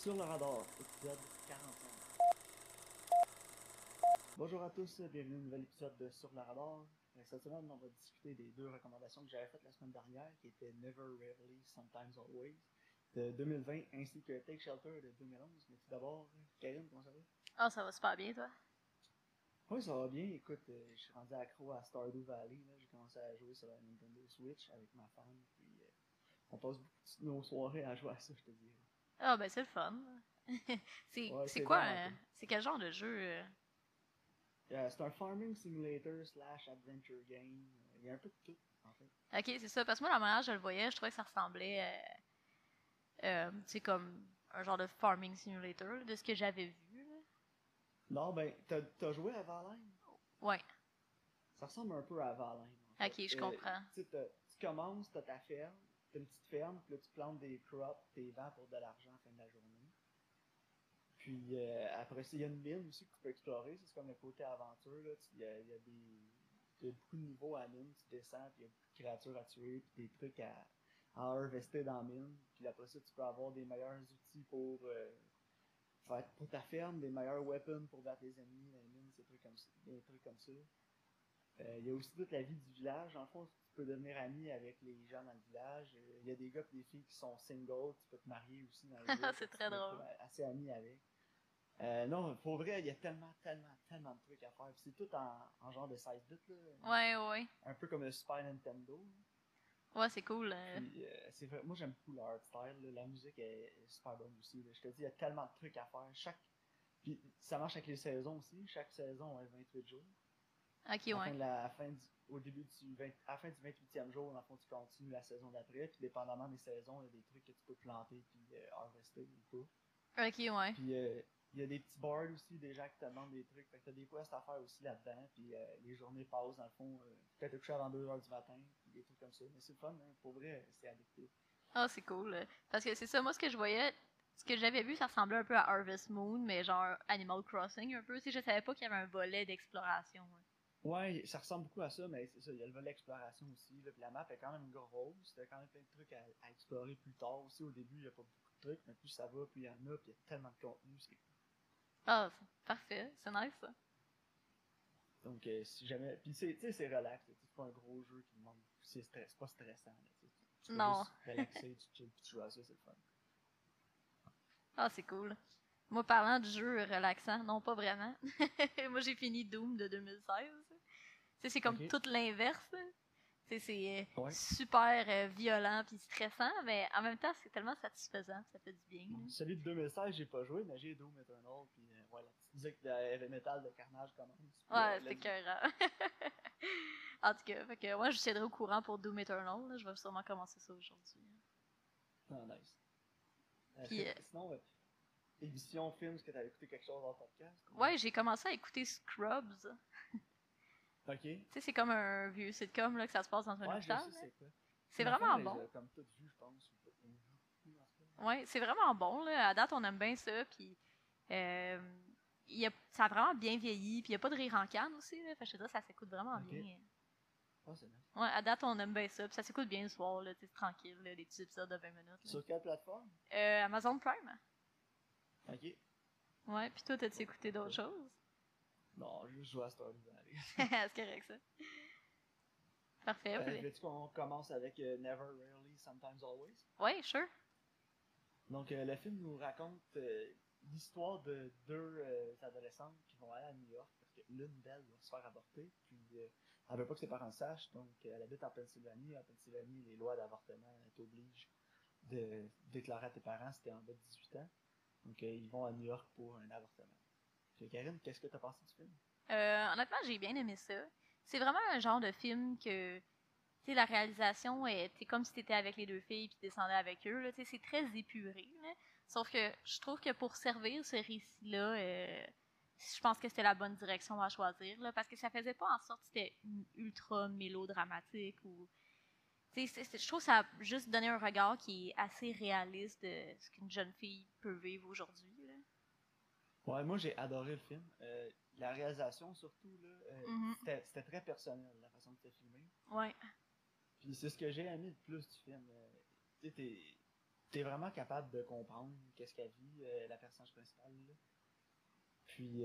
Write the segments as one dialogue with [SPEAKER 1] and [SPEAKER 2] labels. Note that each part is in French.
[SPEAKER 1] Sur le radar, épisode 45. Bonjour à tous, bienvenue à un nouvel épisode de Sur le radar. Cette semaine, on va discuter des deux recommandations que j'avais faites la semaine dernière, qui étaient Never Rarely, Sometimes Always de 2020, ainsi que Take Shelter de 2011. Mais tout d'abord, Karine, comment ça va?
[SPEAKER 2] Ah, ça va super bien, toi?
[SPEAKER 1] Oui, ça va bien. Écoute, je suis rendu accro à Stardew Valley. J'ai commencé à jouer sur la Nintendo Switch avec ma femme, puis on passe beaucoup de nos soirées à jouer à ça, je te dirais.
[SPEAKER 2] Ah, ben c'est le fun.
[SPEAKER 1] Ouais,
[SPEAKER 2] C'est
[SPEAKER 1] c'est
[SPEAKER 2] quoi,
[SPEAKER 1] vraiment cool.
[SPEAKER 2] c'est quel genre de jeu?
[SPEAKER 1] C'est un farming simulator slash adventure game. Il y a un peu de tout, en fait.
[SPEAKER 2] Ok, c'est ça, parce que moi, la manière dont je le voyais, je trouvais que ça ressemblait, comme un genre de farming simulator, là, de ce que j'avais vu, là.
[SPEAKER 1] Non, ben, t'as joué à Valheim?
[SPEAKER 2] Ouais,
[SPEAKER 1] Ça ressemble un peu à Valheim, en fait.
[SPEAKER 2] ok, je comprends.
[SPEAKER 1] Tu sais, tu commences, t'as ta ferme, t'as une petite ferme, puis là, tu plantes des crops, t'es vends pour de l'argent à la fin de la journée. Puis après ça, il y a une mine aussi que tu peux explorer. C'est comme le côté aventure, là. Il y a beaucoup de niveaux à la mine. Tu descends, puis il y a beaucoup de créatures à tuer, puis des trucs à harvester dans la mine. Puis après ça, tu peux avoir des meilleurs outils pour ta ferme, des meilleurs weapons pour battre les ennemis dans les mines, des trucs comme ça. Il y a aussi toute la vie du village. En fond, tu peux devenir ami avec les gens dans le village. Il y a des gars et des filles qui sont single. Tu peux te marier aussi dans le jeu.
[SPEAKER 2] C'est
[SPEAKER 1] Tu
[SPEAKER 2] très
[SPEAKER 1] te retrouves
[SPEAKER 2] drôle.
[SPEAKER 1] assez ami avec. Non, pour vrai, il y a tellement de trucs à faire. Puis c'est tout en genre de 16 bits, là.
[SPEAKER 2] Ouais, ouais.
[SPEAKER 1] Un peu comme le Super Nintendo.
[SPEAKER 2] Ouais, c'est cool.
[SPEAKER 1] Puis c'est vrai, moi j'aime beaucoup le art style, là. La musique est super bonne aussi, là. Je te dis, il y a tellement de trucs à faire. Puis ça marche avec les saisons aussi. Chaque saison a 28 jours.
[SPEAKER 2] Ok,
[SPEAKER 1] À la
[SPEAKER 2] ouais.
[SPEAKER 1] fin au début à la fin du 28e jour, dans le fond, tu continues la saison d'après. Puis dépendamment des saisons, il y a des trucs que tu peux planter puis harvester ou pas.
[SPEAKER 2] Ok, ouais.
[SPEAKER 1] Puis il y a des petits boards aussi, des gens qui te demandent des trucs. Fait que t'as des quests à faire aussi là-dedans. Puis les journées passent, dans le fond, peut-être te coucher avant 2h du matin, puis des trucs comme ça. Mais c'est le fun, hein. Pour vrai, c'est addictif.
[SPEAKER 2] Ah, c'est cool. Parce que c'est ça, moi, ce que je voyais, ce que j'avais vu, ça ressemblait un peu à Harvest Moon, mais genre Animal Crossing un peu. Tu sais, je savais pas qu'il y avait un volet d'exploration, hein.
[SPEAKER 1] Ouais, ça ressemble beaucoup à ça, mais c'est ça, il y a le volet exploration aussi. Là, puis la map est quand même grosse. T'as quand même plein de trucs à explorer plus tard aussi. Au début, il n'y a pas beaucoup de trucs, mais plus ça va, plus il y en a, puis il y a tellement de contenu.
[SPEAKER 2] Ah, parfait. C'est nice, ça.
[SPEAKER 1] Donc, si jamais. Puis, tu sais, c'est relax. C'est pas un gros jeu qui demande. C'est pas stressant. Là, tu fais
[SPEAKER 2] Non.
[SPEAKER 1] juste relaxer, tu chill, puis tu joues à ça, c'est le fun.
[SPEAKER 2] Ah, c'est cool. Moi, parlant de jeu relaxant, non, pas vraiment. Moi, j'ai fini Doom de 2016. Tu sais, c'est comme
[SPEAKER 1] Ok.
[SPEAKER 2] tout l'inverse. C'est
[SPEAKER 1] Ouais.
[SPEAKER 2] super violent puis stressant, mais en même temps, c'est tellement satisfaisant. Ça fait du bien, là.
[SPEAKER 1] Celui de 2016, j'ai pas joué, mais j'ai Doom Eternal, puis ouais, la petite musique de heavy metal de Carnage commence, puis
[SPEAKER 2] Ouais, c'était
[SPEAKER 1] let's go.
[SPEAKER 2] écœurant. En tout cas, fait que, ouais, je tiendrai au courant pour Doom Eternal. Là. Je vais sûrement commencer ça aujourd'hui.
[SPEAKER 1] Ah, nice.
[SPEAKER 2] Puis,
[SPEAKER 1] Sinon, édition film, est-ce que t'as écouté quelque chose en podcast?
[SPEAKER 2] ouais, j'ai commencé à écouter Scrubs.
[SPEAKER 1] Ok.
[SPEAKER 2] Tu sais, c'est comme un vieux sitcom là, que ça se passe dans un
[SPEAKER 1] Ouais, je
[SPEAKER 2] hôpital.
[SPEAKER 1] sais
[SPEAKER 2] Là.
[SPEAKER 1] c'est quoi.
[SPEAKER 2] C'est
[SPEAKER 1] Ma femme,
[SPEAKER 2] vraiment
[SPEAKER 1] elle les
[SPEAKER 2] bon.
[SPEAKER 1] a comme toutes vues, je pense. Ou vu, en tout cas.
[SPEAKER 2] Ouais, c'est vraiment bon. Là. À date, on aime bien ça. Puis, euh, ça a vraiment bien vieilli. Puis, il n'y a pas de rire en canne aussi. Là. Fait que je te dirais, ça s'écoute vraiment
[SPEAKER 1] Ok.
[SPEAKER 2] bien.
[SPEAKER 1] Ah, c'est nice.
[SPEAKER 2] Ouais, à date, on aime bien ça. Puis, ça s'écoute bien le soir. Là, c'est tranquille. Là, des petits épisodes de 20 minutes. Là.
[SPEAKER 1] Sur quelle plateforme?
[SPEAKER 2] Amazon Prime.
[SPEAKER 1] Ok.
[SPEAKER 2] Ouais, puis toi, t'as-tu
[SPEAKER 1] Bon,
[SPEAKER 2] écouté d'autres
[SPEAKER 1] parfait.
[SPEAKER 2] choses?
[SPEAKER 1] Non, juste jouer à Stardew Valley.
[SPEAKER 2] C'est correct, ça. Parfait.
[SPEAKER 1] Veux-tu qu'on commence avec Never Rarely, Sometimes Always?
[SPEAKER 2] Ouais, sure.
[SPEAKER 1] Donc, le film nous raconte l'histoire de deux adolescentes qui vont aller à New York parce que l'une d'elles va se faire avorter, puis elle veut pas que ses parents sachent, donc elle habite en Pennsylvanie. En Pennsylvanie, les lois d'avortement t'obligent de déclarer à tes parents si t'es en bas de 18 ans. Donc, ils vont à New York pour un avortement. Karine, qu'est-ce que t'as pensé du film?
[SPEAKER 2] Honnêtement, j'ai bien aimé ça. C'est vraiment un genre de film que, tu sais, la réalisation est comme si t'étais avec les deux filles puis descendais avec eux. Là, tu sais, c'est très épuré. Là. Sauf que je trouve que pour servir ce récit-là, je pense que c'était la bonne direction à choisir. Là, parce que ça faisait pas en sorte que c'était ultra mélodramatique ou. Tu sais, je trouve que ça a juste donné un regard qui est assez réaliste de ce qu'une jeune fille peut vivre aujourd'hui. Là.
[SPEAKER 1] Ouais, moi j'ai adoré le film. La réalisation surtout, là,
[SPEAKER 2] Mhm.
[SPEAKER 1] c'était très personnel la façon que c'était filmé.
[SPEAKER 2] Ouais.
[SPEAKER 1] Puis c'est ce que j'ai aimé le plus du film. Tu sais, t'es vraiment capable de comprendre qu'est-ce qu'elle vit, la personnage principale, là. Puis,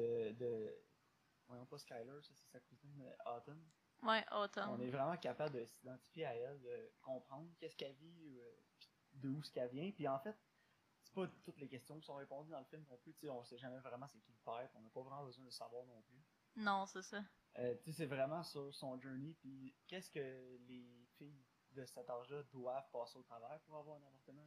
[SPEAKER 1] voyons pas Skyler, ça c'est sa cousine, Autumn.
[SPEAKER 2] Ouais,
[SPEAKER 1] On
[SPEAKER 2] Autumn.
[SPEAKER 1] est vraiment capable de s'identifier à elle, de comprendre qu'est-ce qu'elle vit, d'où ce qu'elle vient. Puis en fait, c'est pas toutes les questions qui sont répondues dans le film non plus. Tu sais, on sait jamais vraiment c'est qui le père, on n'a pas vraiment besoin de savoir non plus.
[SPEAKER 2] Non, c'est ça.
[SPEAKER 1] Tu sais, c'est vraiment sur son journey, puis qu'est-ce que les filles de cet âge-là doivent passer au travers pour avoir un avortement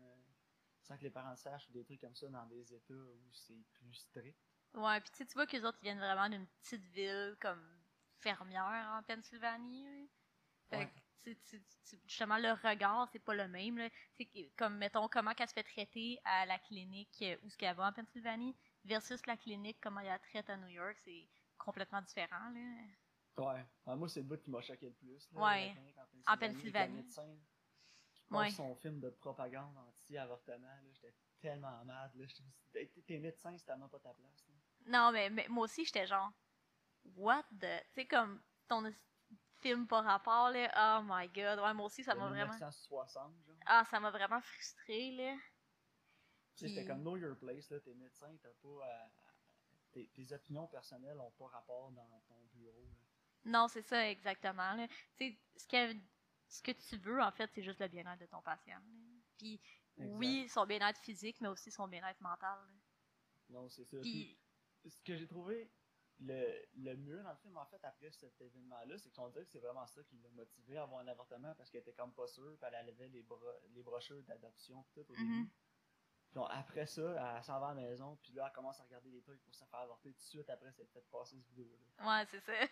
[SPEAKER 1] sans que les parents sachent, ou des trucs comme ça dans des états où c'est plus strict.
[SPEAKER 2] Ouais, puis tu vois qu'eux autres, ils viennent vraiment d'une petite ville comme fermière en Pennsylvanie. Là. Fait
[SPEAKER 1] Ouais,
[SPEAKER 2] que, justement, le regard, c'est pas le même. Là. Comme, mettons, comment qu'elle se fait traiter à la clinique où ce qu'elle va en Pennsylvanie versus la clinique, comment elle la traite à New York, c'est complètement différent. Là.
[SPEAKER 1] ouais. Moi, c'est le bout qui m'a choqué le plus, là, la
[SPEAKER 2] Ouais,
[SPEAKER 1] clinique en
[SPEAKER 2] en
[SPEAKER 1] Pennsylvanie, avec le
[SPEAKER 2] Pennsylvanie.
[SPEAKER 1] médecin qui passe
[SPEAKER 2] Ouais.
[SPEAKER 1] son film de propagande anti-avortement, là, j'étais tellement mad, là, t'es médecin, c'est tellement pas ta place, là.
[SPEAKER 2] Non, mais moi aussi, j'étais genre, what the. Tu sais, comme ton film par rapport, là. Oh my god. Ouais, moi aussi, ça
[SPEAKER 1] De
[SPEAKER 2] m'a vraiment.
[SPEAKER 1] 1960, genre.
[SPEAKER 2] Ah, ça m'a vraiment frustré, là.
[SPEAKER 1] Tu sais, c'était
[SPEAKER 2] Puis.
[SPEAKER 1] comme know your place, là, t'es médecin, t'as pas tes opinions personnelles ont pas rapport dans ton bureau, là.
[SPEAKER 2] Non, c'est ça, exactement. Là. Tu sais, ce que tu veux, en fait, c'est juste le bien-être de ton patient. Là. Puis,
[SPEAKER 1] Exact.
[SPEAKER 2] oui, son bien-être physique, mais aussi son bien-être mental. Là.
[SPEAKER 1] Non, c'est ça. Puis,
[SPEAKER 2] Puis,
[SPEAKER 1] ce que j'ai trouvé le mieux dans le film, en fait, après cet événement-là, c'est qu'on dirait que c'est vraiment ça qui l'a motivé à avoir un avortement parce qu'elle était comme pas sûre, puis elle avait les brochures d'adoption, pis tout au
[SPEAKER 2] mhm.
[SPEAKER 1] début. Puis après ça, elle s'en va à la maison, puis là, elle commence à regarder les trucs pour se faire avorter tout de suite après s'être fait passer cette vidéo-là.
[SPEAKER 2] Ouais, c'est ça.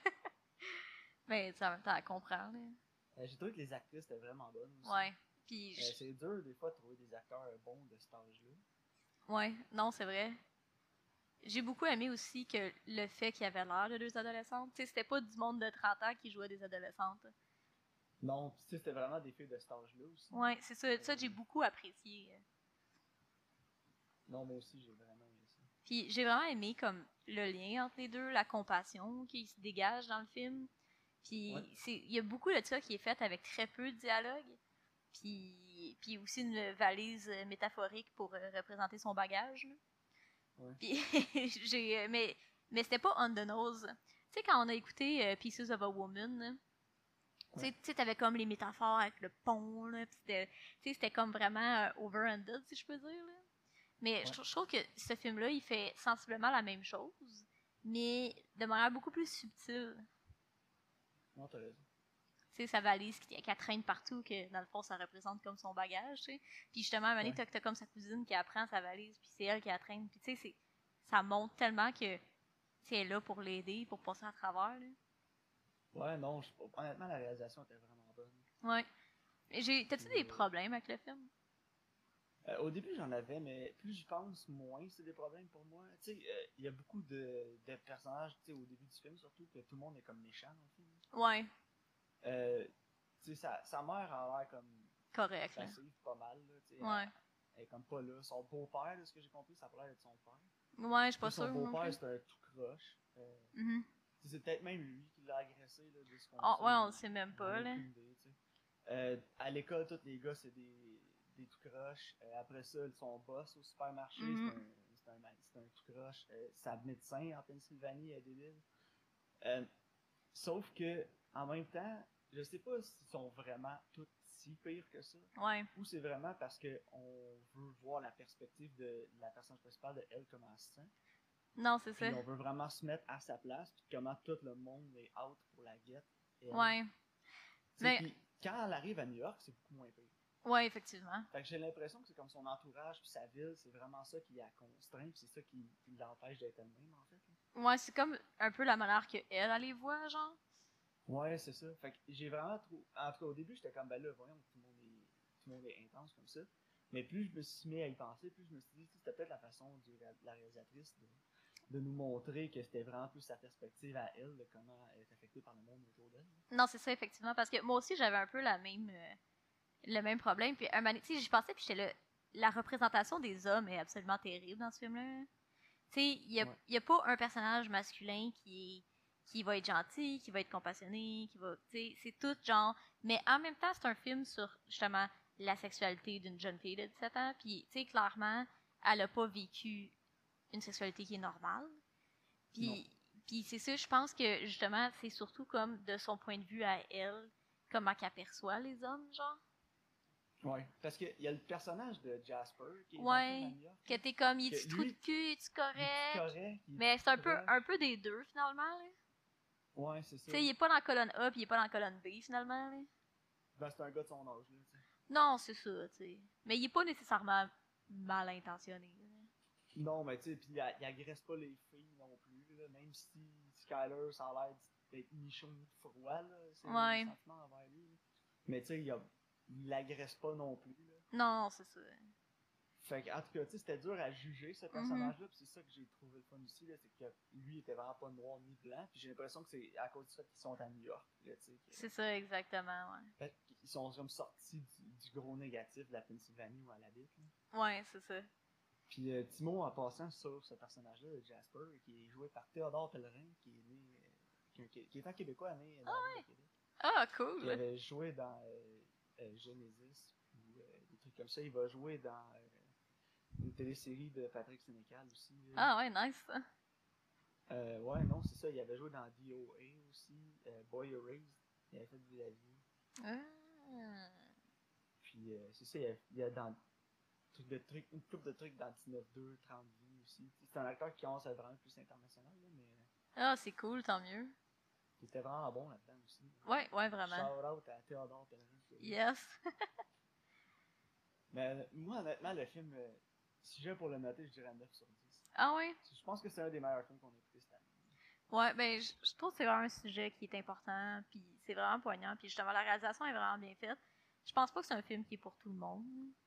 [SPEAKER 2] Mais en même temps, elle comprend. Là.
[SPEAKER 1] J'ai trouvé que les actrices étaient vraiment bonnes aussi.
[SPEAKER 2] Ouais. Puis,
[SPEAKER 1] C'est dur, des fois, de trouver des acteurs bons de cet âge-là.
[SPEAKER 2] ouais, non, c'est vrai. J'ai beaucoup aimé aussi que le fait qu'il y avait l'air de deux adolescentes. Tu sais, c'était pas du monde de 30 ans qui jouait des adolescentes.
[SPEAKER 1] Non, pis tu sais, c'était vraiment des filles de cet âge-là aussi.
[SPEAKER 2] Ouais, c'est ça. Ça, j'ai
[SPEAKER 1] Euh,
[SPEAKER 2] beaucoup apprécié.
[SPEAKER 1] non, moi aussi, j'ai vraiment aimé ça.
[SPEAKER 2] Puis j'ai vraiment aimé comme le lien entre les deux, la compassion qui se dégage dans le film.
[SPEAKER 1] Ouais,
[SPEAKER 2] Puis il y a beaucoup de ça qui est fait avec très peu de dialogue. Puis aussi une valise métaphorique pour représenter son bagage. Là.
[SPEAKER 1] ouais,
[SPEAKER 2] Puis mais c'était pas on the nose. Tu sais quand on a écouté Pieces of a Woman, là,
[SPEAKER 1] ouais.
[SPEAKER 2] tu sais t'avais comme les métaphores avec le pont là, c'était comme vraiment over-ended si je peux dire là. Mais
[SPEAKER 1] Ouais.
[SPEAKER 2] je trouve que ce film-là, il fait sensiblement la même chose, mais de manière beaucoup plus subtile.
[SPEAKER 1] Non, t'as raison.
[SPEAKER 2] Tu sais, sa valise qu'elle traîne partout, que dans le fond, ça représente comme son bagage, tu sais. Puis justement, à un moment donné,
[SPEAKER 1] Ouais.
[SPEAKER 2] t'as comme sa cousine qui apprend sa valise, puis c'est elle qui la traîne. Puis tu sais, ça montre tellement que tu es là pour l'aider, pour passer à travers, là.
[SPEAKER 1] Ouais, non, honnêtement, la réalisation était vraiment bonne.
[SPEAKER 2] Ouais. T'as-tu
[SPEAKER 1] Puis,
[SPEAKER 2] des problèmes avec le film?
[SPEAKER 1] au début, j'en avais, mais plus j'y pense, moins c'est des problèmes pour moi. Tu sais, il y a beaucoup de personnages, tu sais, au début du film, surtout, que tout le monde est comme méchant dans le film.
[SPEAKER 2] Ouais,
[SPEAKER 1] Tu sais, sa mère a l'air comme
[SPEAKER 2] correct, là.
[SPEAKER 1] passive pas mal, là, tu sais,
[SPEAKER 2] Ouais.
[SPEAKER 1] elle est comme pas là. Son beau-père, de ce que j'ai compris, ça a pas l'air d'être son père.
[SPEAKER 2] Ouais, je suis
[SPEAKER 1] Tu
[SPEAKER 2] pas
[SPEAKER 1] sais, son
[SPEAKER 2] sûre non
[SPEAKER 1] beau-père,
[SPEAKER 2] plus.
[SPEAKER 1] c'est un tout croche.
[SPEAKER 2] Mhm.
[SPEAKER 1] Tu sais, c'est peut-être même lui qui l'a agressé, là, de ce qu'on
[SPEAKER 2] Oh,
[SPEAKER 1] sait.
[SPEAKER 2] ouais, on le sait même
[SPEAKER 1] On n'a
[SPEAKER 2] pas, là.
[SPEAKER 1] aucune idée, tu sais. À l'école, tous les gars, c'est des tout croches. Après ça, son boss au supermarché,
[SPEAKER 2] Mhm.
[SPEAKER 1] c'est un tout croche. Sa médecin en Pennsylvanie est débile. Euh, Sauf que, en même temps, je sais pas s'ils sont vraiment tous si pires que ça,
[SPEAKER 2] Ouais.
[SPEAKER 1] ou c'est vraiment parce qu'on veut voir la perspective de la personne principale de elle, comment elle se sent,
[SPEAKER 2] Non, c'est ça.
[SPEAKER 1] puis on veut vraiment se mettre à sa place, puis comment tout le monde est out pour la guette, elle.
[SPEAKER 2] Ouais.
[SPEAKER 1] Tu sais,
[SPEAKER 2] Mais,
[SPEAKER 1] puis quand elle arrive à New York, c'est beaucoup moins pire.
[SPEAKER 2] ouais, effectivement.
[SPEAKER 1] Fait que j'ai l'impression que c'est comme son entourage puis sa ville, c'est vraiment ça qui la contraint, puis c'est ça qui l'empêche d'être elle-même, en fait, là.
[SPEAKER 2] Ouais, c'est comme un peu la manière que elle les voit, genre.
[SPEAKER 1] Ouais, c'est ça. Fait que j'ai vraiment trop. En tout cas, au début, j'étais comme, ben là, voyons, tout le monde est intense comme ça. Mais plus je me suis mis à y penser, plus je me suis dit, c'était peut-être la façon de la réalisatrice de nous montrer que c'était vraiment plus sa perspective à elle, de comment elle est affectée par le monde autour d'elle.
[SPEAKER 2] Non, c'est ça, effectivement. Parce que moi aussi, j'avais un peu le même problème. Puis, un moment donné, tu sais, j'y pensais, puis j'étais là. La représentation des hommes est absolument terrible dans ce film-là. Tu sais,
[SPEAKER 1] Ouais.
[SPEAKER 2] y a pas un personnage masculin qui va être gentil, qui va être compassionné, qui va. Tu sais, c'est tout genre. Mais en même temps, c'est un film sur, justement, la sexualité d'une jeune fille de 17 ans. Puis, tu sais, clairement, elle a pas vécu une sexualité qui est normale. Puis c'est ça, je pense que, justement, c'est surtout comme de son point de vue à elle, comment qu'elle perçoit les hommes, genre.
[SPEAKER 1] Ouais, parce qu'il y a le personnage de Jasper qui est dans le film à
[SPEAKER 2] Ouais,
[SPEAKER 1] New York.
[SPEAKER 2] que t'es comme, il
[SPEAKER 1] Que
[SPEAKER 2] est-tu trou de
[SPEAKER 1] lui,
[SPEAKER 2] cul, es-tu
[SPEAKER 1] il est
[SPEAKER 2] correct?
[SPEAKER 1] correct.
[SPEAKER 2] Mais c'est
[SPEAKER 1] proche.
[SPEAKER 2] un peu des deux, finalement, là.
[SPEAKER 1] Ouais, c'est
[SPEAKER 2] Tu
[SPEAKER 1] ça.
[SPEAKER 2] sais, il est pas dans la colonne A, puis il est pas dans la colonne B, finalement, là.
[SPEAKER 1] Ben, c'est un gars de son âge, là, tu sais.
[SPEAKER 2] Non, c'est ça, tu sais. Mais il est pas nécessairement mal intentionné, là.
[SPEAKER 1] Non, mais tu sais, puis il agresse pas les filles non plus, là, même si Skyler, ça a l'air d'être ni chaud ni froid, là, c'est les
[SPEAKER 2] Ouais.
[SPEAKER 1] sentiments envers lui. Là. Mais tu sais, il l'agresse pas non plus, là.
[SPEAKER 2] Non, c'est ça.
[SPEAKER 1] Fait que, en tout cas, tu sais, c'était dur à juger ce personnage-là, puis c'est ça que j'ai trouvé le fun aussi, là, c'est que lui, il était vraiment pas noir ni blanc, puis j'ai l'impression que c'est à cause du fait qu'ils sont à New York, là, tu sais.
[SPEAKER 2] C'est ça, exactement, ouais.
[SPEAKER 1] Fait qu'ils sont comme sortis du gros négatif de la Pennsylvanie où elle habite, là.
[SPEAKER 2] Ouais, c'est ça.
[SPEAKER 1] Puis Timo, en passant sur ce personnage-là de Jasper, qui est joué par Théodore Pellerin, qui est né, qui est un Québécois né dans la ville de Québec.
[SPEAKER 2] Ah,
[SPEAKER 1] Qui
[SPEAKER 2] cool!
[SPEAKER 1] avait joué dans Genesis, ou des trucs comme ça. Il va jouer dans une télésérie de Patrick Sénécal aussi.
[SPEAKER 2] Ah, ouais, nice, ça.
[SPEAKER 1] Ouais, non, c'est ça. Il avait joué dans DOA aussi, Boy Erased. Il avait fait de la vie.
[SPEAKER 2] Ah.
[SPEAKER 1] Puis c'est ça, il y a dans une couple de trucs dans 19-2, 30 vies aussi. C'est un acteur qui commence à être vraiment plus international, là, mais
[SPEAKER 2] Ah, c'est cool, tant mieux.
[SPEAKER 1] il était vraiment bon là-dedans aussi.
[SPEAKER 2] Ouais, ouais, vraiment.
[SPEAKER 1] Shout out à Théodore Pellerin.
[SPEAKER 2] Yes.
[SPEAKER 1] Mais moi, honnêtement, le film, si j'ai pour le noter, je dirais 9 sur 10.
[SPEAKER 2] Ah, ouais?
[SPEAKER 1] Je pense que c'est un des meilleurs films qu'on a écouté cette année.
[SPEAKER 2] Ouais, ben, je trouve que c'est vraiment un sujet qui est important, puis c'est vraiment poignant, puis justement, la réalisation est vraiment bien faite. Je pense pas que c'est un film qui est pour tout le monde.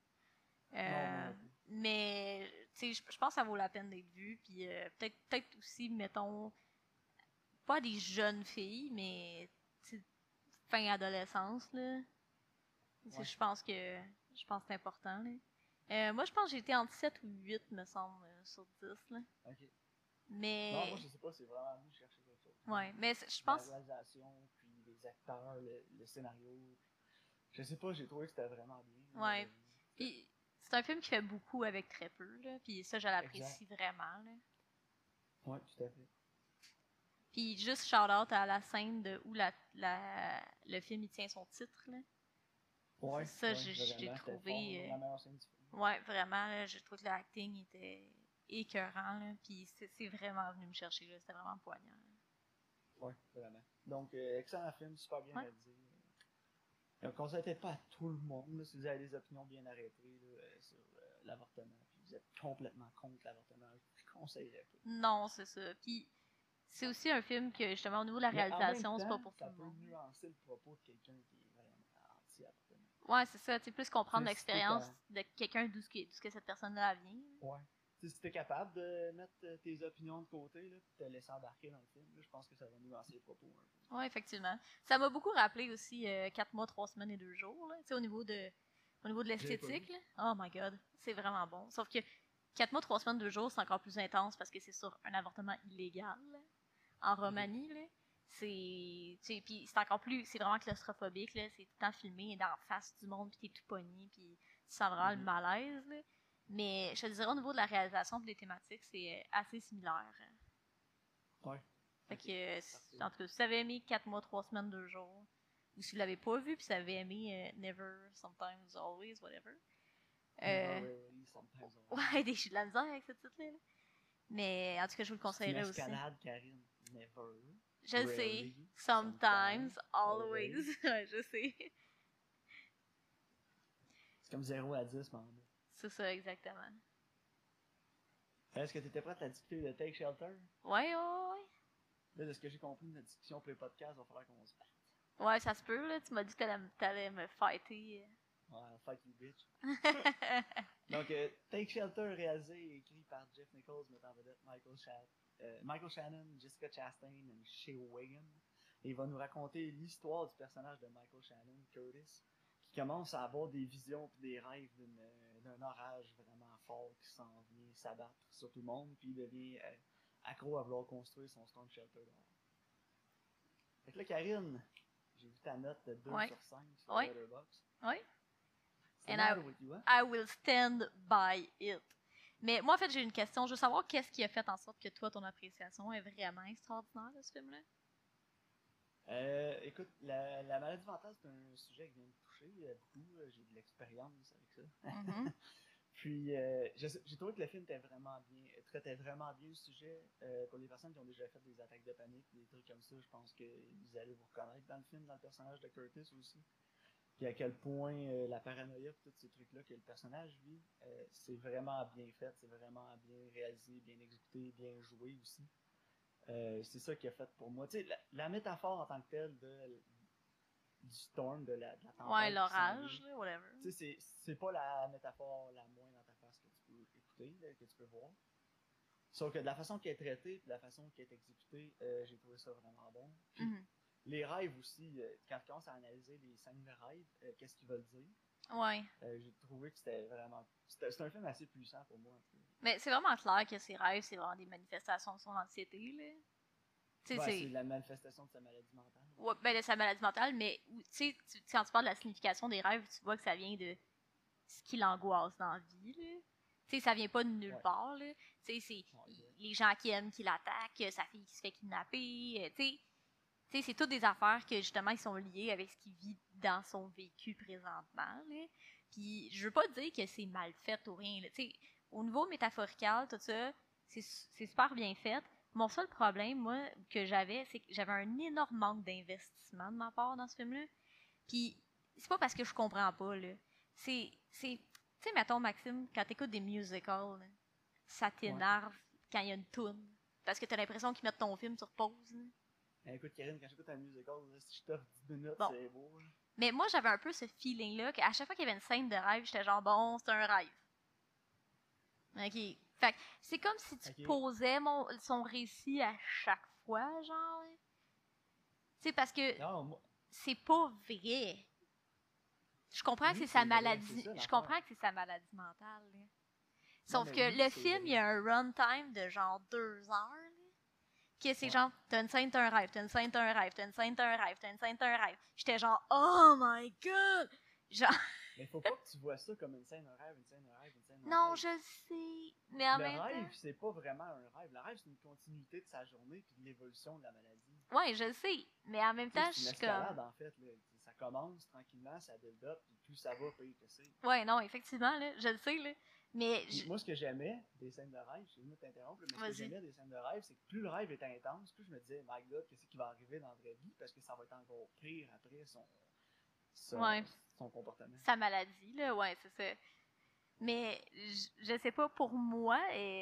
[SPEAKER 1] Non.
[SPEAKER 2] Mais, tu sais, je pense que ça vaut la peine d'être vu, puis peut-être aussi, mettons, pas des jeunes filles, mais fin adolescence, là.
[SPEAKER 1] Ouais.
[SPEAKER 2] Je pense que c'est important, là. Moi, je pense que j'ai été entre 7 ou 8, me semble, sur 10, là.
[SPEAKER 1] Ok.
[SPEAKER 2] Mais...
[SPEAKER 1] Non, moi, je sais pas, c'est vraiment venu chercher quelque chose.
[SPEAKER 2] Ouais, mais je pense...
[SPEAKER 1] La réalisation, puis les acteurs, le scénario. Je sais pas, j'ai trouvé que c'était vraiment bien.
[SPEAKER 2] Ouais. Puis c'est un film qui fait beaucoup avec très peu, là. Puis ça, je l'apprécie
[SPEAKER 1] Exact.
[SPEAKER 2] vraiment, là.
[SPEAKER 1] Ouais, tout à fait.
[SPEAKER 2] Puis juste shout-out à la scène de où le film il tient son titre, là.
[SPEAKER 1] Ouais,
[SPEAKER 2] Ça,
[SPEAKER 1] ouais,
[SPEAKER 2] j'ai
[SPEAKER 1] vraiment,
[SPEAKER 2] trouvé...
[SPEAKER 1] la meilleure scène du film.
[SPEAKER 2] Ouais, vraiment, là, je trouve que l'acting était écœurant, là. Puis c'est vraiment venu me chercher, là. C'était vraiment poignant, là.
[SPEAKER 1] Ouais, vraiment. Donc, excellent film, super bien
[SPEAKER 2] Ouais.
[SPEAKER 1] réalisé. Je ne conseille peut-être pas à tout le monde, là, si vous avez des opinions bien arrêtées là, sur l'avortement, puis vous êtes complètement contre l'avortement, je ne conseillerais pas.
[SPEAKER 2] Non, c'est ça. Puis c'est aussi un film que, justement, au niveau de la
[SPEAKER 1] Mais
[SPEAKER 2] réalisation,
[SPEAKER 1] en
[SPEAKER 2] c'est
[SPEAKER 1] même
[SPEAKER 2] pas
[SPEAKER 1] temps,
[SPEAKER 2] pour tout
[SPEAKER 1] ça
[SPEAKER 2] le
[SPEAKER 1] peut
[SPEAKER 2] monde.
[SPEAKER 1] nuancer le propos de quelqu'un qui est vraiment anti-avortement.
[SPEAKER 2] Ouais, c'est ça. Tu sais, plus comprendre
[SPEAKER 1] Si t'es
[SPEAKER 2] l'expérience de quelqu'un d'où ce que cette personne-là vient.
[SPEAKER 1] Ouais. Si t'es capable de mettre tes opinions de côté, là, puis te laisser embarquer dans le film, là, je pense que ça va nuancer les propos un peu.
[SPEAKER 2] Ouais, effectivement. Ça m'a beaucoup rappelé aussi 4 mois, 3 semaines et 2 jours, là. Tu sais, au niveau de l'esthétique, là. Oh my god, c'est vraiment bon. Sauf que 4 mois, 3 semaines, 2 jours, c'est encore plus intense parce que c'est sur un avortement illégal, là, en Roumanie, là. C'est, tu sais, puis c'est encore plus, c'est vraiment claustrophobique, là. C'est tout le temps filmé d'en face du monde, puis t'es tout pogné, puis tu sens vraiment le malaise, là. Mais je te dirais, au niveau de la réalisation et des thématiques, c'est assez similaire.
[SPEAKER 1] Ouais.
[SPEAKER 2] Fait que, en tout cas, si vous avez aimé 4 mois, 3 semaines, 2 jours, ou si vous l'avez pas vu, puis si vous avez aimé Never, Sometimes, Always, whatever.
[SPEAKER 1] Never, sometimes
[SPEAKER 2] Ouais, j'ai de la misère avec ce titre-là. Mais en tout cas, je vous le conseillerais aussi.
[SPEAKER 1] escalade, Karine. Never.
[SPEAKER 2] Je le sais. Sometimes, always. Ouais, je sais.
[SPEAKER 1] C'est comme 0 à 10, mon gars.
[SPEAKER 2] C'est ça, exactement.
[SPEAKER 1] Est-ce que tu étais prête à discuter de Take Shelter?
[SPEAKER 2] Ouais.
[SPEAKER 1] Là, de ce que j'ai compris de notre discussion pour les podcasts, il va falloir qu'on se batte.
[SPEAKER 2] Ouais, ça se peut, là. Tu m'as dit que t'allais me fighter.
[SPEAKER 1] Ouais, fuck you, bitch. Donc, Take Shelter, réalisé et écrit par Jeff Nichols, mettant en vedette Michael Shannon, Jessica Chastain et Shea Wiggum. Et il va nous raconter l'histoire du personnage de Michael Shannon, Curtis, qui commence à avoir des visions et des rêves d'un orage vraiment fort qui s'en vient s'abattre sur tout le monde, puis il devient accro à vouloir construire son Storm Shelter dehors. Fait que là, Karine, j'ai vu ta note de 2 sur 5 sur Letterboxd.
[SPEAKER 2] Ouais.
[SPEAKER 1] What's the
[SPEAKER 2] And
[SPEAKER 1] matter with you, hein?
[SPEAKER 2] I will stand by it. Mais moi, en fait, j'ai une question. Je veux savoir qu'est-ce qui a fait en sorte que toi, ton appréciation est vraiment extraordinaire de ce film-là.
[SPEAKER 1] Écoute, la maladie mentale, c'est un sujet qui vient me toucher beaucoup. J'ai de l'expérience avec ça.
[SPEAKER 2] Mhm.
[SPEAKER 1] Puis, j'ai trouvé que le film traitait vraiment bien le sujet. Pour les personnes qui ont déjà fait des attaques de panique, des trucs comme ça, je pense que vous allez vous reconnaître dans le film, dans le personnage de Curtis aussi. Puis à quel point la paranoïa et tous ces trucs-là que le personnage vit, c'est vraiment bien fait, c'est vraiment bien réalisé, bien exécuté, bien joué aussi. C'est ça qui a fait pour moi. Tu sais, la métaphore en tant que telle du storm, de la tempête.
[SPEAKER 2] Ouais, l'orage, là, whatever.
[SPEAKER 1] Tu sais, c'est pas la métaphore la moins dans ta face que tu peux écouter, là, que tu peux voir. Sauf que de la façon qu'elle est traitée, de la façon qu'elle est exécutée, j'ai trouvé ça vraiment bon. Puis, les rêves aussi, quand tu commences à analyser les scènes de rêve, qu'est-ce qu'ils veulent dire,
[SPEAKER 2] Ouais.
[SPEAKER 1] j'ai trouvé que c'était vraiment. C'est un film assez puissant pour moi.
[SPEAKER 2] Mais c'est vraiment clair que ses rêves, c'est vraiment des manifestations de son anxiété, là.
[SPEAKER 1] C'est la manifestation de sa maladie mentale.
[SPEAKER 2] Ouais, ben de sa maladie mentale, mais quand tu parles de la signification des rêves, tu vois que ça vient de ce qui l'angoisse dans la vie, là. Tu sais, ça vient pas de nulle part, là. Tu sais, c'est les gens qui aiment qui l'attaquent, sa fille qui se fait kidnapper, tu sais, c'est toutes des affaires que, justement, ils sont liées avec ce qu'il vit dans son vécu présentement, là. Puis, je veux pas dire que c'est mal fait ou rien, là. Tu sais, au niveau métaphorical, tout ça, c'est super bien fait. Mon seul problème, moi, que j'avais, c'est que j'avais un énorme manque d'investissement de ma part dans ce film-là. Puis, c'est pas parce que je comprends pas, là. Tu sais, mettons, Maxime, quand t'écoutes des musicals, là, ça t'énerve quand il y a une toune. Parce que t'as l'impression qu'ils mettent ton film sur pause, là.
[SPEAKER 1] Écoute, Karine, quand j'écoute un musical, si je t'offre 10 minutes, c'est beau. Là.
[SPEAKER 2] Mais moi, j'avais un peu ce feeling-là qu'à chaque fois qu'il y avait une scène de rêve, j'étais genre, bon, c'est un rêve. OK. Fait que c'est comme si tu posais son récit à chaque fois, genre. Tu sais, parce que c'est pas vrai. Je comprends que c'est sa maladie. Je comprends que c'est sa maladie mentale. Là. Sauf que le film, il y a un runtime de genre 2 heures. Que c'est genre, t'as une scène, t'as un rêve, t'as une scène, t'as un rêve, t'as une scène, t'as un rêve, t'as une scène, t'as un rêve. J'étais genre, oh my god! Genre.
[SPEAKER 1] Mais faut pas que tu vois ça comme une scène, un rêve, une scène, un rêve, une scène, un rêve.
[SPEAKER 2] Non, je sais. Mais en même temps.
[SPEAKER 1] Le rêve, c'est pas vraiment un rêve. Le rêve, c'est une continuité de sa journée puis de l'évolution de la maladie.
[SPEAKER 2] Ouais, je sais. Mais en même temps, je suis comme.
[SPEAKER 1] C'est une escalade, en fait. Là. Ça commence tranquillement, ça build up, puis plus ça va, plus que c'est.
[SPEAKER 2] Ouais, non, effectivement, là, je le sais, là. Mais
[SPEAKER 1] moi, ce que j'aimais des scènes de rêve, je vais me t'interrompre, mais ce que j'aimais des scènes de rêve, c'est que plus le rêve est intense, plus je me disais, my god, qu'est-ce qui va arriver dans la vraie vie, parce que ça va être encore pire après son comportement.
[SPEAKER 2] Sa maladie, là, ouais, c'est ça. Mais je sais pas, pour moi,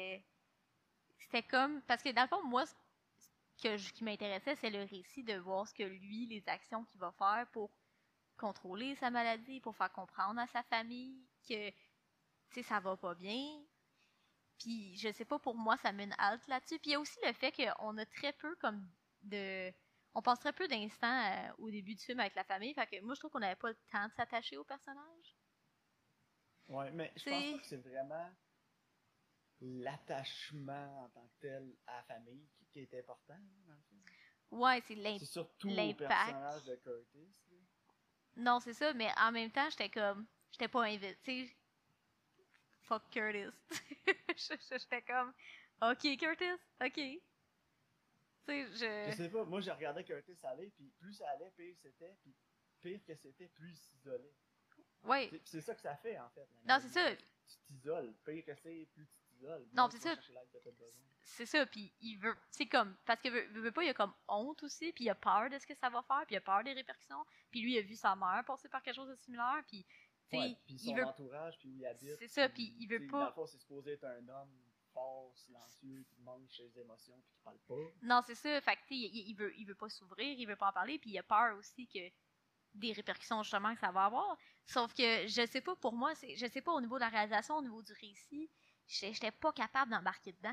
[SPEAKER 2] c'était comme. Parce que dans le fond, moi, ce qui m'intéressait, c'est le récit de voir ce que lui, les actions qu'il va faire pour contrôler sa maladie, pour faire comprendre à sa famille que. Tu sais, ça va pas bien. Puis, je sais pas, pour moi, ça met une halte là-dessus. Puis, il y a aussi le fait qu'on a très peu comme de... On passe très peu d'instants au début du film avec la famille. Fait que moi, je trouve qu'on n'avait pas le temps de s'attacher au personnage.
[SPEAKER 1] Ouais, mais je pense pas que c'est vraiment l'attachement en tant que tel à la famille qui est important dans le film.
[SPEAKER 2] Ouais, c'est l'impact.
[SPEAKER 1] C'est surtout le personnage de Curtis. Là.
[SPEAKER 2] Non, c'est ça, mais en même temps, j'étais pas investi. Fuck Curtis. J'étais comme, ok Curtis, ok. Tu sais,
[SPEAKER 1] je sais pas, moi j'ai regardé Curtis aller, puis plus ça allait, pire c'était, puis pire que c'était, plus il s'isolait.
[SPEAKER 2] Ouais.
[SPEAKER 1] C'est ça que ça fait en fait.
[SPEAKER 2] Non, c'est ça.
[SPEAKER 1] Tu t'isoles, pire que c'est, plus tu t'isoles.
[SPEAKER 2] Non, c'est ça. C'est ça, puis il veut, c'est comme, parce que veut pas, il a comme honte aussi, puis il a peur de ce que ça va faire, puis il a peur des répercussions, puis lui il a vu sa mère passer par quelque chose de similaire, puis
[SPEAKER 1] puis son entourage, puis où il habite.
[SPEAKER 2] C'est ça, puis il veut pas.
[SPEAKER 1] Dans le fond, c'est supposé être un homme fort, silencieux, qui mange ses émotions, puis qui parle pas.
[SPEAKER 2] Non, c'est ça, fait que il veut pas s'ouvrir, il veut pas en parler, puis il a peur aussi que des répercussions justement que ça va avoir. Sauf que je sais pas, pour moi, je sais pas au niveau de la réalisation, au niveau du récit, j'étais pas capable d'embarquer dedans.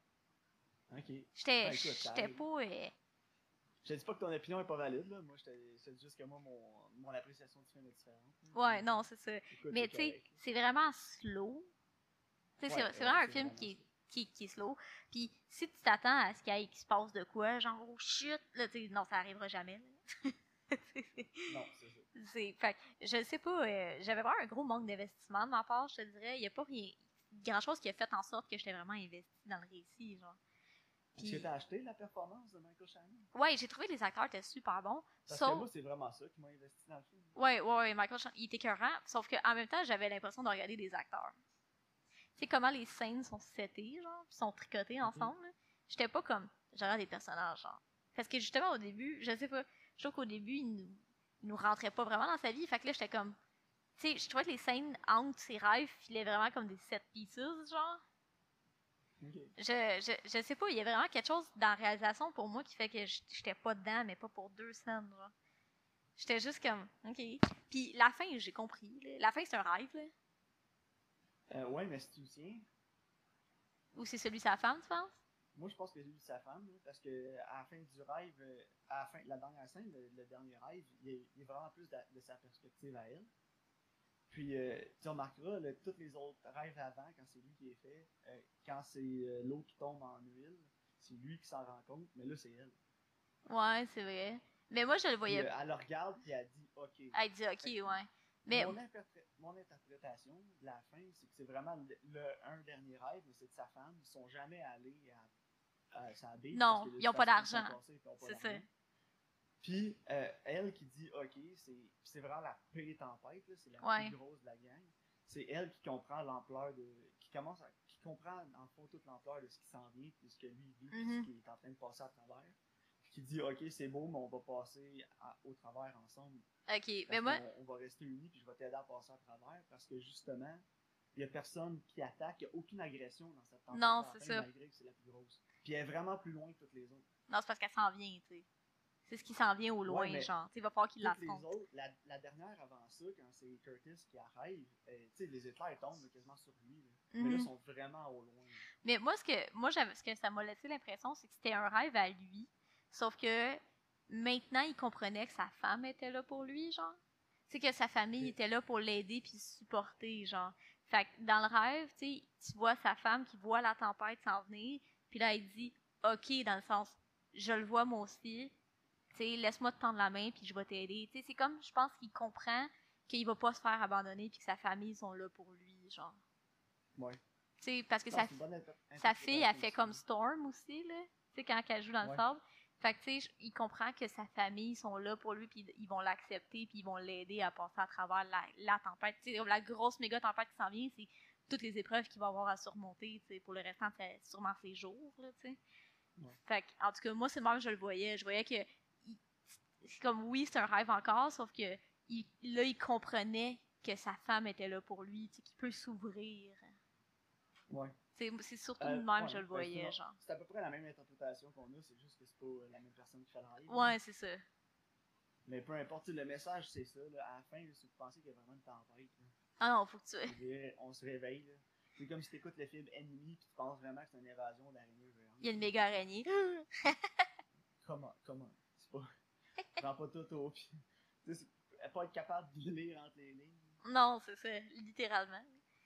[SPEAKER 1] Ok.
[SPEAKER 2] J'étais pas.
[SPEAKER 1] Je te dis pas que ton opinion est pas valide, là. Moi, c'est juste que moi, mon appréciation du film est différente.
[SPEAKER 2] Ouais, non, c'est ça. Écoute, mais tu sais, c'est vraiment slow. C'est vraiment un film qui est slow. Puis si tu t'attends à ce qu'il se passe de quoi, genre, oh shit, là, non, ça arrivera jamais.
[SPEAKER 1] Non, c'est ça.
[SPEAKER 2] Fait que, je sais pas, j'avais vraiment un gros manque d'investissement de ma part, je te dirais. Il y a pas rien, grand chose qui a fait en sorte que j'étais vraiment investie dans le récit, genre.
[SPEAKER 1] Est-ce que
[SPEAKER 2] Puis,
[SPEAKER 1] t'as acheté la performance de Michael Shannon?
[SPEAKER 2] ouais, j'ai trouvé que les acteurs étaient super bons.
[SPEAKER 1] Parce que
[SPEAKER 2] Sauf,
[SPEAKER 1] moi, c'est vraiment ça qui m'a investi dans le film.
[SPEAKER 2] ouais, Michael Shannon, il était écœurant. Sauf qu'en même temps, j'avais l'impression de regarder des acteurs. Tu sais, comment les scènes sont setées, genre, pis sont tricotées ensemble. Là. J'étais pas comme, je regarde des personnages, genre. Parce que justement, au début, je sais pas, je trouve qu'au début, il nous rentrait pas vraiment dans sa vie. Fait que là, j'étais comme, tu sais, je trouvais que les scènes entre ses rêves filaient vraiment comme des set pieces, genre.
[SPEAKER 1] Okay.
[SPEAKER 2] Je sais pas, il y a vraiment quelque chose dans la réalisation pour moi qui fait que j'étais pas dedans, mais pas pour 2 scènes, genre. J'étais juste comme, ok. Puis la fin, j'ai compris. Là. La fin, c'est un rêve, là.
[SPEAKER 1] Ouais, mais si tu te souviens,
[SPEAKER 2] Ou c'est celui de sa femme, tu penses?
[SPEAKER 1] moi je pense que c'est lui de sa femme, là, parce que à la fin du rêve, à la fin, la dernière scène, le dernier rêve, il est vraiment plus de sa perspective à elle. Puis, tu remarqueras, tous les autres rêves avant, quand c'est lui qui est fait, quand c'est l'eau qui tombe en huile, c'est lui qui s'en rend compte, mais là, c'est elle.
[SPEAKER 2] Ouais, c'est vrai. Mais moi, je le
[SPEAKER 1] Puis,
[SPEAKER 2] voyais.
[SPEAKER 1] elle le regarde, puis elle dit OK.
[SPEAKER 2] Elle dit ok,
[SPEAKER 1] Fait que
[SPEAKER 2] ouais. Mais,
[SPEAKER 1] mon interprétation de la fin, c'est que c'est vraiment un dernier rêve, mais c'est de sa femme. Ils sont jamais allés à sa bille parce
[SPEAKER 2] non,
[SPEAKER 1] que de
[SPEAKER 2] ils
[SPEAKER 1] toute
[SPEAKER 2] ont pas
[SPEAKER 1] façon, ils sont
[SPEAKER 2] d'argent.
[SPEAKER 1] cassés et ils n'ont pas
[SPEAKER 2] C'est ça.
[SPEAKER 1] d'argent. Puis, elle qui dit OK, c'est vraiment la pire tempête, là, c'est la
[SPEAKER 2] Ouais.
[SPEAKER 1] plus grosse de la gang. C'est elle qui comprend l'ampleur de. Qui comprend, en fond, toute l'ampleur de ce qui s'en vient, puis ce que lui vit, puis ce qui est en train de passer à travers. Puis qui dit OK, c'est beau, mais on va passer au travers ensemble.
[SPEAKER 2] Ok, mais
[SPEAKER 1] Parce
[SPEAKER 2] moi.
[SPEAKER 1] qu'on va rester unis, puis je vais t'aider à passer à travers. Parce que justement, il n'y a personne qui attaque, il n'y a aucune agression dans cette tempête
[SPEAKER 2] Non,
[SPEAKER 1] à la
[SPEAKER 2] c'est
[SPEAKER 1] fin,
[SPEAKER 2] ça.
[SPEAKER 1] malgré que c'est la plus grosse. Puis elle est vraiment plus loin que toutes les autres.
[SPEAKER 2] Non, c'est parce qu'elle s'en vient, tu sais. C'est ce qui s'en vient au loin,
[SPEAKER 1] Ouais, mais
[SPEAKER 2] genre. Il va falloir qu'il
[SPEAKER 1] toutes les
[SPEAKER 2] l'affronte.
[SPEAKER 1] autres, la dernière avant ça, quand c'est Curtis qui arrive, tu sais, les éclairs tombent là, quasiment sur lui. Là. Mais là, ils sont vraiment au loin.
[SPEAKER 2] Mais moi, ce que ça m'a laissé l'impression, c'est que c'était un rêve à lui. Sauf que maintenant, il comprenait que sa femme était là pour lui, genre. C'est que sa famille
[SPEAKER 1] Okay.
[SPEAKER 2] était là pour l'aider puis le supporter, genre. Fait que dans le rêve, tu vois sa femme qui voit la tempête s'en venir, puis là, elle dit OK, dans le sens, je le vois moi aussi, tu sais, laisse-moi te tendre la main puis je vais t'aider. Tu sais, c'est comme, je pense qu'il comprend qu'il va pas se faire abandonner puis que sa famille sont là pour lui, genre.
[SPEAKER 1] Ouais.
[SPEAKER 2] Tu sais, parce que
[SPEAKER 1] Non, c'est une bonne
[SPEAKER 2] sa fille, elle fait
[SPEAKER 1] aussi.
[SPEAKER 2] comme Storm aussi, là. Tu sais, quand elle joue dans le
[SPEAKER 1] Ouais.
[SPEAKER 2] sable. Fait que, tu sais, il comprend que sa famille sont là pour lui, puis ils vont l'accepter, puis ils vont l'aider à passer à travers la tempête. Tu sais, la grosse méga tempête qui s'en vient, c'est toutes les épreuves qu'il va avoir à surmonter, tu sais, pour le restant de sûrement ses jours, là, tu sais.
[SPEAKER 1] Ouais.
[SPEAKER 2] Fait que, en tout cas, moi, c'est le même que je le voyais. Je voyais que, c'est comme, oui, c'est un rêve encore, sauf que, là, il comprenait que sa femme était là pour lui, tu sais, qu'il peut s'ouvrir.
[SPEAKER 1] Ouais.
[SPEAKER 2] C'est surtout de même que
[SPEAKER 1] Ouais.
[SPEAKER 2] je le voyais, genre.
[SPEAKER 1] C'est à peu près la même interprétation qu'on a, c'est juste que c'est pas la même personne qui fait le rêve.
[SPEAKER 2] Ouais, c'est ça.
[SPEAKER 1] Mais peu importe, le message, c'est ça. Là, à la fin, si vous pensez qu'il y a vraiment une tempête, là,
[SPEAKER 2] Ah non, faut que tu.
[SPEAKER 1] je veux dire, on se réveille. Là. C'est comme si tu écoutes le film Ennemi puis tu penses vraiment que c'est une évasion d'araignées géantes.
[SPEAKER 2] Il y a une méga araignée.
[SPEAKER 1] Comment? C'est pas. Prends pas tout au pied. Tu sais, pas être capable de lire entre les lignes.
[SPEAKER 2] Non, c'est ça, littéralement.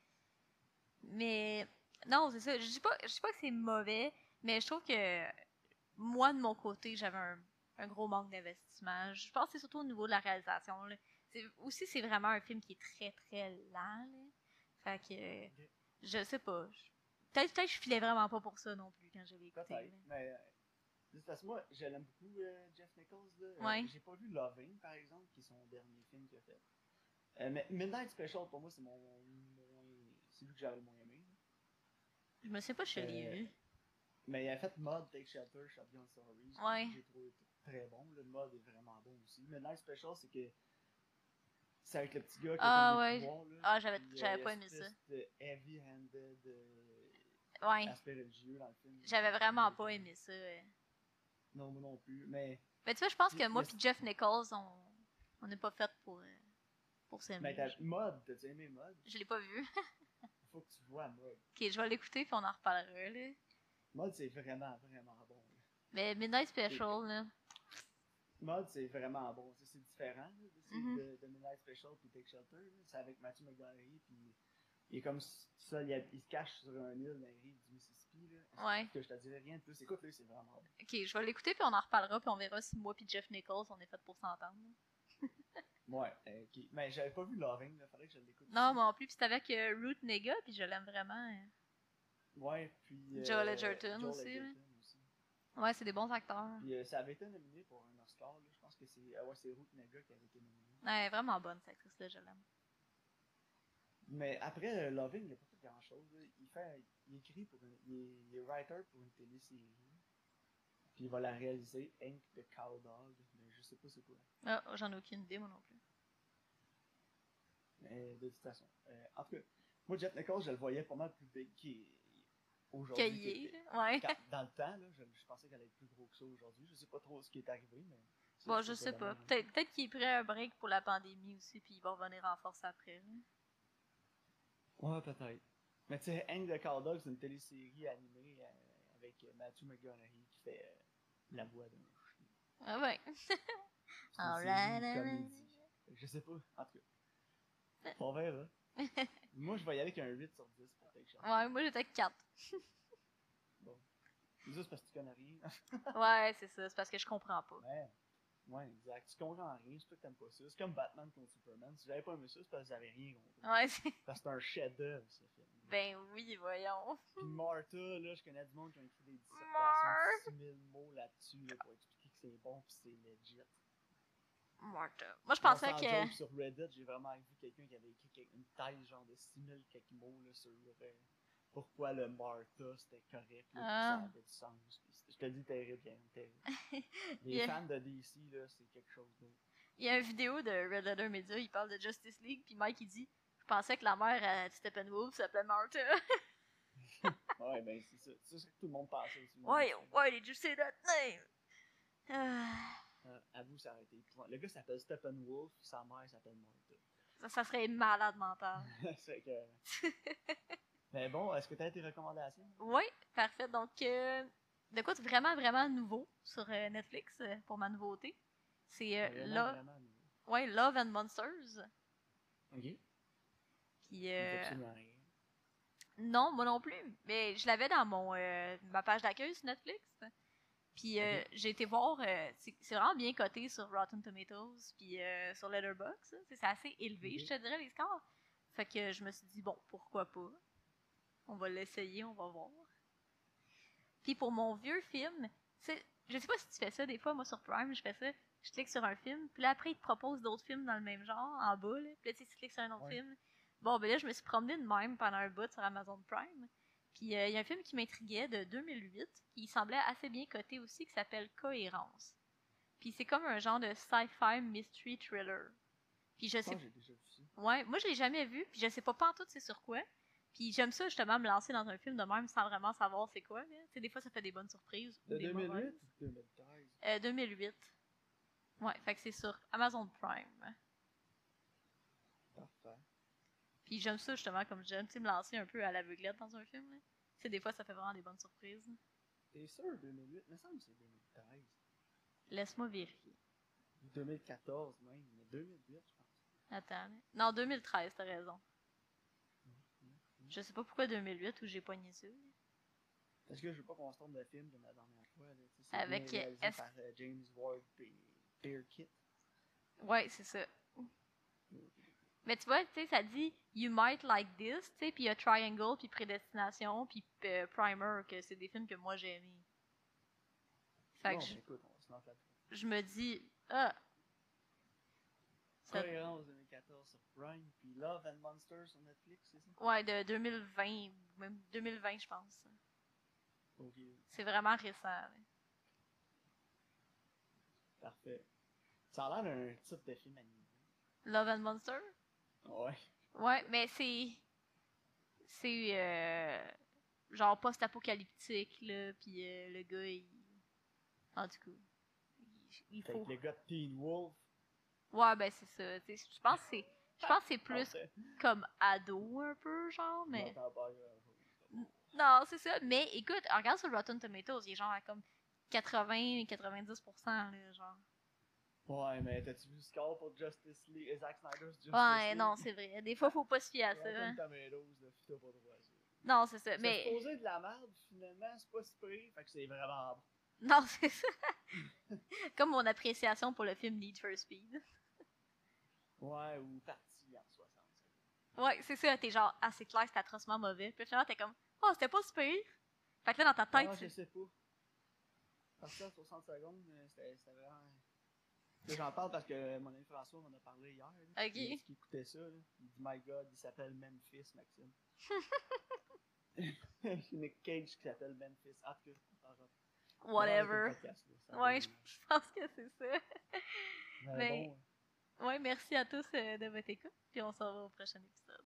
[SPEAKER 2] Mais non, c'est ça. Je dis pas que c'est mauvais, mais je trouve que moi, de mon côté, j'avais un gros manque d'investissement. Je pense que c'est surtout au niveau de la réalisation. Là. Aussi, c'est vraiment un film qui est très, très lent. Là. Fait que,
[SPEAKER 1] Okay.
[SPEAKER 2] je sais pas. Peut-être que je filais vraiment pas pour ça non plus quand je l'ai écouté.
[SPEAKER 1] Peut-être, mais juste parce que moi, je l'aime beaucoup, Jeff Nichols. Là.
[SPEAKER 2] Ouais.
[SPEAKER 1] J'ai pas vu Loving, par exemple, qui est son dernier film qu'il a fait. Mais Midnight Special, pour moi, c'est c'est lui que j'avais le moins aimé.
[SPEAKER 2] Je me sais pas si je l'ai vu.
[SPEAKER 1] Mais il a fait Mud, Take Shelter, Shotgun Stories.
[SPEAKER 2] Ouais.
[SPEAKER 1] J'ai trouvé très bon. Le mode est vraiment bon aussi. Midnight Special, c'est que c'est avec le petit gars qui a comme des pouvoirs. Là.
[SPEAKER 2] Ah, j'avais pas aimé ça.
[SPEAKER 1] De heavy-handed
[SPEAKER 2] Ouais.
[SPEAKER 1] aspect religieux dans le film.
[SPEAKER 2] J'avais vraiment pas aimé ça.
[SPEAKER 1] Non, moi non plus. Mais
[SPEAKER 2] tu vois, je pense que moi et Jeff Nichols, on n'est pas fait pour s'aimer.
[SPEAKER 1] Mais Mud, t'as-tu aimé Mud?
[SPEAKER 2] Je l'ai pas vu.
[SPEAKER 1] Faut que tu vois Mud.
[SPEAKER 2] Ok, je vais l'écouter puis on en reparlera. Là.
[SPEAKER 1] Mud, c'est vraiment, vraiment bon. Là.
[SPEAKER 2] Mais Midnight Special, là.
[SPEAKER 1] Mud, c'est vraiment bon. C'est différent là, de Midnight Special puis Take Shelter. C'est avec Matthew McConaughey puis il est comme ça, il se cache sur un île dans les rives du Mississippi. Là.
[SPEAKER 2] Ouais.
[SPEAKER 1] Que je te dirais rien de plus. Écoute, là, c'est vraiment bon.
[SPEAKER 2] Ok, je vais l'écouter puis on en reparlera puis on verra si moi et Jeff Nichols on est fait pour s'entendre.
[SPEAKER 1] Ouais, ok. Mais j'avais pas vu Loving, là, fallait que je l'écoute.
[SPEAKER 2] Non,
[SPEAKER 1] aussi.
[SPEAKER 2] moi non plus. Puis c'était avec Ruth Nega, puis je l'aime vraiment.
[SPEAKER 1] Ouais, puis
[SPEAKER 2] Joel Edgerton
[SPEAKER 1] Joel
[SPEAKER 2] aussi, là.
[SPEAKER 1] Edgerton aussi.
[SPEAKER 2] Ouais, c'est des bons acteurs.
[SPEAKER 1] Puis ça avait été nominé pour un Oscar, là. Je pense que c'est ouais, c'est Ruth Negga qui avait été nominée.
[SPEAKER 2] Ouais, vraiment bonne, cette actrice-là, je l'aime.
[SPEAKER 1] Mais après Loving, il a pas fait grand-chose. Là. Il écrit il est writer pour une télésérie. Puis il va la réaliser, Hank the Cowdog, mais je sais pas c'est quoi.
[SPEAKER 2] Ah, j'en ai aucune idée, moi non plus.
[SPEAKER 1] Mais de toute façon. En tout cas, moi, Jet Nichols, je le voyais pas mal plus big aujourd'hui.
[SPEAKER 2] Cahier, ouais.
[SPEAKER 1] Dans le temps, là, je pensais qu'elle allait être plus gros que ça aujourd'hui. Je sais pas trop ce qui est arrivé, mais.
[SPEAKER 2] Bon, je sais pas. Peut-être qu'il est prêt un break pour la pandémie aussi, puis il va revenir en force après. Là.
[SPEAKER 1] Ouais, peut-être. Mais tu sais, Hank the Cowdog, c'est une télésérie animée avec Matthew McConaughey qui fait la voix d'un chien.
[SPEAKER 2] Ah ouais.
[SPEAKER 1] C'est une comédie. Je sais pas, en tout cas. On verra. Moi, je vais y aller avec un 8 sur 10 pour Take Shot.
[SPEAKER 2] Ouais, moi j'étais 4.
[SPEAKER 1] Bon. C'est juste parce que tu connais rien.
[SPEAKER 2] Ouais, c'est ça. C'est parce que je comprends pas.
[SPEAKER 1] Ouais, exact. Tu comprends rien, c'est toi que t'aimes pas ça. C'est comme Batman contre Superman. Si j'avais pas aimé ça, c'est parce que j'avais rien compris.
[SPEAKER 2] Ouais, c'est.
[SPEAKER 1] Parce que c'est un chef-d'œuvre, ce film.
[SPEAKER 2] Ben oui, voyons.
[SPEAKER 1] Puis Martha, là, je connais du monde qui a écrit des dissertations de 6000 mots là-dessus là, pour expliquer que c'est bon pis c'est legit.
[SPEAKER 2] Martha. Moi je pensais
[SPEAKER 1] Sans
[SPEAKER 2] que.
[SPEAKER 1] joke, sur Reddit, j'ai vraiment vu quelqu'un qui avait écrit une thèse genre de 6000 quelques mots là, sur pourquoi le Martha c'était correct, là, ça avait du sens. Pis je te dis terrible, terrible. Les fans de DC, là, c'est quelque chose d'autre.
[SPEAKER 2] Il y a une vidéo de Red Letter Media, il parle de Justice League, puis Mike il dit je pensais que la mère à Steppenwolf s'appelait Martha.
[SPEAKER 1] Ouais, ben c'est ça. C'est ça que tout le monde pensait aussi.
[SPEAKER 2] Why did you say that name?
[SPEAKER 1] Avoue, ça aurait été épouvantable. Le gars s'appelle Steppenwolf, sa mère s'appelle Martha.
[SPEAKER 2] Ça serait malade mental.
[SPEAKER 1] C'est que. Mais bon, est-ce que tu as tes recommandations?
[SPEAKER 2] Oui, parfait. Donc, de quoi de vraiment, vraiment nouveau sur Netflix pour ma nouveauté? C'est Love and Monsters.
[SPEAKER 1] Ok.
[SPEAKER 2] Puis,
[SPEAKER 1] absolument rien.
[SPEAKER 2] non, moi non plus. Mais je l'avais dans ma page d'accueil sur Netflix. Puis j'ai été voir, c'est vraiment bien coté sur Rotten Tomatoes, puis sur Letterboxd. C'est assez élevé, je te dirais, les scores. Fait que je me suis dit, bon, pourquoi pas? On va l'essayer, on va voir. Puis pour mon vieux film, je sais pas si tu fais ça des fois, moi sur Prime, je fais ça. Je clique sur un film, puis là après, ils te proposent d'autres films dans le même genre, en bas, là. Puis là, tu cliques sur un autre film. Bon, ben là, je me suis promenée de même pendant un bout sur Amazon Prime. Puis il y a un film qui m'intriguait de 2008, qui semblait assez bien coté aussi, qui s'appelle Cohérence. Puis c'est comme un genre de sci-fi mystery thriller. Puis je sais.
[SPEAKER 1] J'ai déjà vu ça.
[SPEAKER 2] Ouais, moi je l'ai jamais vu, puis je sais pas pantoute c'est sur quoi. Puis j'aime ça justement me lancer dans un film de même sans vraiment savoir c'est quoi. Tu sais, des fois ça fait des bonnes surprises.
[SPEAKER 1] De
[SPEAKER 2] ou des
[SPEAKER 1] 2008
[SPEAKER 2] mauvaises.
[SPEAKER 1] ou 2013?
[SPEAKER 2] 2008. Ouais, fait que c'est sur Amazon Prime.
[SPEAKER 1] Parfait.
[SPEAKER 2] Puis j'aime ça justement comme j'aime, tu sais, me lancer un peu à l'aveuglette dans un film. Tu sais, des fois ça fait vraiment des bonnes surprises.
[SPEAKER 1] T'es sûr 2008? Il me semble que c'est 2013.
[SPEAKER 2] Laisse-moi vérifier.
[SPEAKER 1] 2014 même, mais 2008 je pense.
[SPEAKER 2] Attends. Non, 2013, t'as raison. Je sais pas pourquoi 2008 où j'ai poigné ça.
[SPEAKER 1] Parce que je veux pas qu'on se trompe de film comme la dernière fois. Là. C'est
[SPEAKER 2] avec
[SPEAKER 1] réalisé par James Ward Bearkit.
[SPEAKER 2] Ouais, c'est ça. Mais tu vois, tu sais, ça dit You Might Like This, tu sais, puis il y a Triangle, puis Prédestination, puis Primer, que c'est des films que moi j'ai aimés. Fait que
[SPEAKER 1] écoute, on va se lancer là-dessus.
[SPEAKER 2] Je me dis, ah.
[SPEAKER 1] Cohérence 2014 sur Prime, puis Love and Monsters sur Netflix, c'est ça?
[SPEAKER 2] Ouais, de 2020, même 2020, je pense.
[SPEAKER 1] Ok.
[SPEAKER 2] C'est vraiment récent. Là.
[SPEAKER 1] Parfait. Ça a l'air d'un type de film animé.
[SPEAKER 2] Love and Monster?
[SPEAKER 1] Ouais.
[SPEAKER 2] Ouais, mais c'est genre post-apocalyptique, là, pis le gars, en tout cas, il faut...
[SPEAKER 1] Le gars de Teen Wolf.
[SPEAKER 2] Ouais, ben c'est ça, je pense que c'est plus comme ado, un peu, genre, mais... Non, c'est ça, mais écoute, regarde sur Rotten Tomatoes, il est genre à comme 80-90%, là, genre.
[SPEAKER 1] Ouais, mais t'as-tu vu le score pour Justice League, Zack Snyder's Justice League?
[SPEAKER 2] Ouais, non, c'est vrai. Des fois, faut pas se fier à ça.
[SPEAKER 1] Rotten Tomatoes, t'as pas droit à ça.
[SPEAKER 2] Non, c'est ça, mais...
[SPEAKER 1] C'est supposé de la merde, finalement, c'est pas si pire, fait que c'est vraiment bon.
[SPEAKER 2] Non, c'est ça. Comme mon appréciation pour le film Need for Speed.
[SPEAKER 1] Ouais, ou parti en 60.
[SPEAKER 2] Ouais, c'est ça, t'es genre, ah, c'est clair, c'était atrocement mauvais. Puis finalement, t'es comme, oh, c'était pas super. Fait que là, dans ta tête,
[SPEAKER 1] Ah, je sais pas. Parti en 60 secondes, c'était vraiment. Là, j'en parle parce que mon ami François m'en a parlé hier. Là.
[SPEAKER 2] ok.
[SPEAKER 1] Il a dit qu'il écoutait ça. Là. Il dit, My God, il s'appelle Memphis, Maxime. Nick Cage qui s'appelle Memphis. En tout cas, on va arrêter le
[SPEAKER 2] Whatever.
[SPEAKER 1] podcast. Là,
[SPEAKER 2] Ouais, je pense que c'est ça.
[SPEAKER 1] Mais
[SPEAKER 2] Mais,
[SPEAKER 1] bon.
[SPEAKER 2] ouais, merci à tous de votre écoute. Puis on se revoit au prochain épisode.